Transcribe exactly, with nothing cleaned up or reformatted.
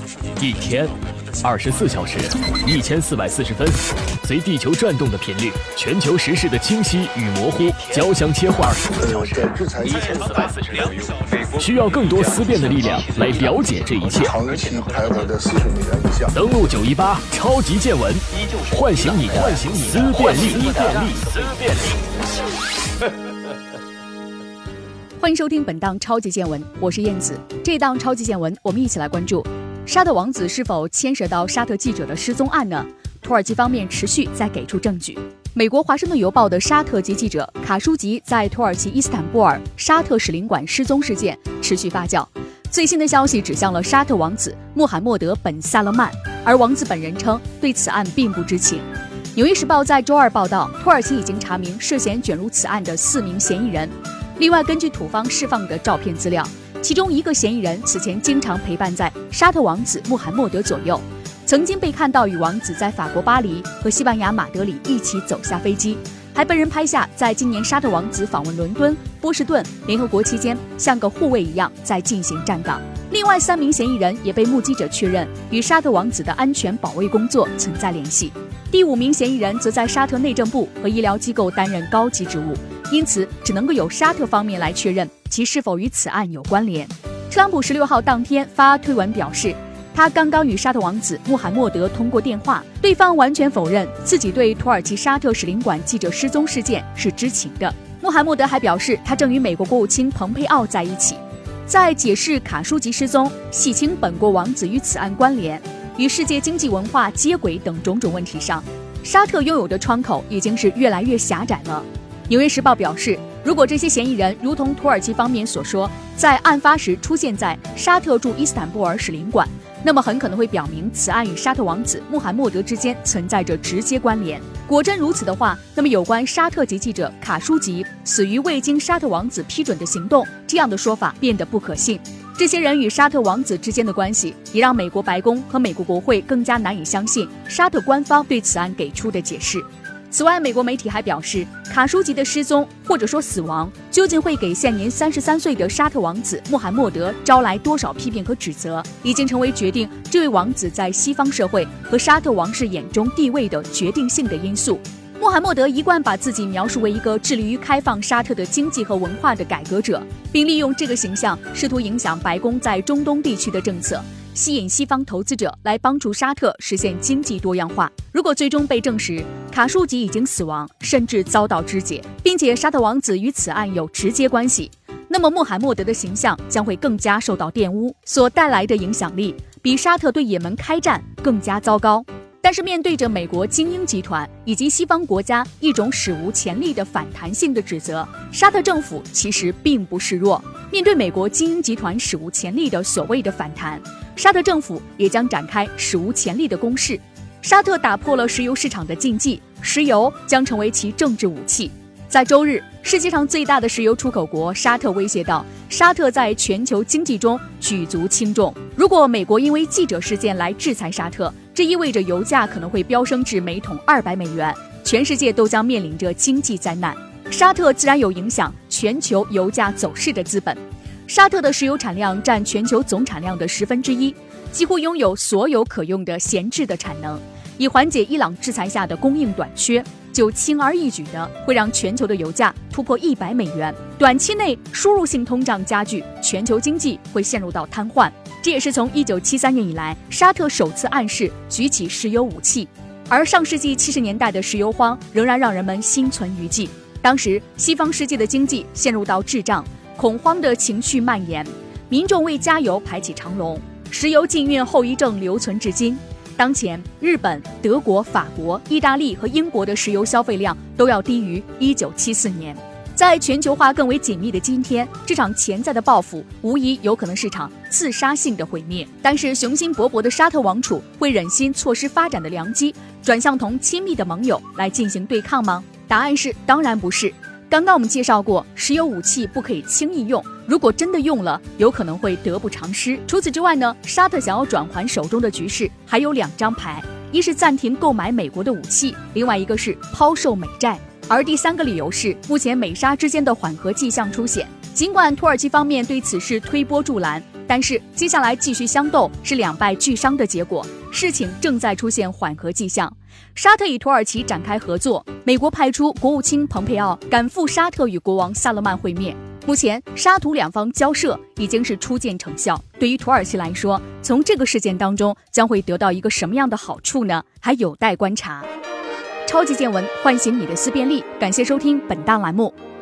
一天二十四小时一千四百四十分，随地球转动的频率，全球时事的清晰与模糊交相切换。一千四百四十分，需要更多思辨的力量来了解这一切。登录九一八超级见闻，唤醒你的思辨力。思辨力。 欢迎收听本档超级见闻，我是燕子。这档超级见闻，我们一起来关注沙特王子是否牵涉到沙特记者的失踪案呢？土耳其方面持续在给出证据。美国华盛顿邮报的沙特籍记者卡舒吉在土耳其伊斯坦布尔沙特使领馆失踪事件持续发酵，最新的消息指向了沙特王子穆罕默德本萨勒曼，而王子本人称对此案并不知情。纽约时报在周二报道，土耳其已经查明涉嫌卷入此案的四名嫌疑人。另外，根据土方释放的照片资料，其中一个嫌疑人此前经常陪伴在沙特王子穆罕默德左右，曾经被看到与王子在法国巴黎和西班牙马德里一起走下飞机，还被人拍下在今年沙特王子访问伦敦、波士顿、联合国期间像个护卫一样在进行站岗。另外三名嫌疑人也被目击者确认与沙特王子的安全保卫工作存在联系。第五名嫌疑人则在沙特内政部和医疗机构担任高级职务，因此只能够由沙特方面来确认其是否与此案有关联。特朗普十六号当天发推文表示，他刚刚与沙特王子穆罕默德通过电话，对方完全否认自己对土耳其沙特使领馆记者失踪事件是知情的。穆罕默德还表示，他正与美国国务卿蓬佩奥在一起。在解释卡舒吉失踪、洗清本国王子与此案关联、与世界经济文化接轨等种种问题上，沙特拥有的窗口已经是越来越狭窄了。纽约时报表示，如果这些嫌疑人如同土耳其方面所说，在案发时出现在沙特驻伊斯坦布尔使领馆，那么很可能会表明此案与沙特王子穆罕默德之间存在着直接关联。果真如此的话，那么有关沙特籍记者卡舒吉死于未经沙特王子批准的行动，这样的说法变得不可信。这些人与沙特王子之间的关系，也让美国白宫和美国国会更加难以相信沙特官方对此案给出的解释。此外，美国媒体还表示，卡舒吉的失踪或者说死亡，究竟会给现年三十三岁的沙特王子穆罕默德招来多少批评和指责，已经成为决定这位王子在西方社会和沙特王室眼中地位的决定性的因素。穆罕默德一贯把自己描述为一个致力于开放沙特的经济和文化的改革者，并利用这个形象试图影响白宫在中东地区的政策，吸引西方投资者来帮助沙特实现经济多样化。如果最终被证实卡舒吉已经死亡，甚至遭到肢解，并且沙特王子与此案有直接关系，那么穆罕默德的形象将会更加受到玷污，所带来的影响力比沙特对也门开战更加糟糕。但是面对着美国精英集团以及西方国家一种史无前例的反弹性的指责，沙特政府其实并不示弱。面对美国精英集团史无前例的所谓的反弹，沙特政府也将展开史无前例的攻势。沙特打破了石油市场的禁忌，石油将成为其政治武器。在周日，世界上最大的石油出口国沙特威胁到，沙特在全球经济中举足轻重。如果美国因为记者事件来制裁沙特，这意味着油价可能会飙升至每桶二百美元，全世界都将面临着经济灾难。沙特自然有影响全球油价走势的资本。沙特的石油产量占全球总产量的十分之一，几乎拥有所有可用的闲置的产能，以缓解伊朗制裁下的供应短缺，就轻而易举的会让全球的油价突破一百美元。短期内输入性通胀加剧，全球经济会陷入到瘫痪。这也是从一九七三年以来，沙特首次暗示举起石油武器。而上世纪七十年代的石油荒仍然让人们心存余悸。当时西方世界的经济陷入到滞胀，恐慌的情绪蔓延，民众为加油排起长龙，石油禁运后遗症留存至今。当前，日本、德国、法国、意大利和英国的石油消费量都要低于一九七四年。在全球化更为紧密的今天，这场潜在的报复无疑有可能是场自杀性的毁灭。但是雄心勃勃的沙特王储会忍心错失发展的良机，转向同亲密的盟友来进行对抗吗？答案是当然不是。刚刚我们介绍过，石油武器不可以轻易用，如果真的用了，有可能会得不偿失。除此之外呢，沙特想要转换手中的局势还有两张牌，一是暂停购买美国的武器，另外一个是抛售美债。而第三个理由是，目前美沙之间的缓和迹象出现，尽管土耳其方面对此事推波助澜， 但是接下来继续相斗是两败俱伤的结果，事情正在出现缓和迹象。沙特与土耳其展开合作，美国派出国务卿蓬佩奥赶赴沙特与国王萨勒曼会面。目前沙土两方交涉已经是初见成效，对于土耳其来说，从这个事件当中将会得到一个什么样的好处呢？还有待观察。超级见闻，唤醒你的思辨力，感谢收听本档栏目。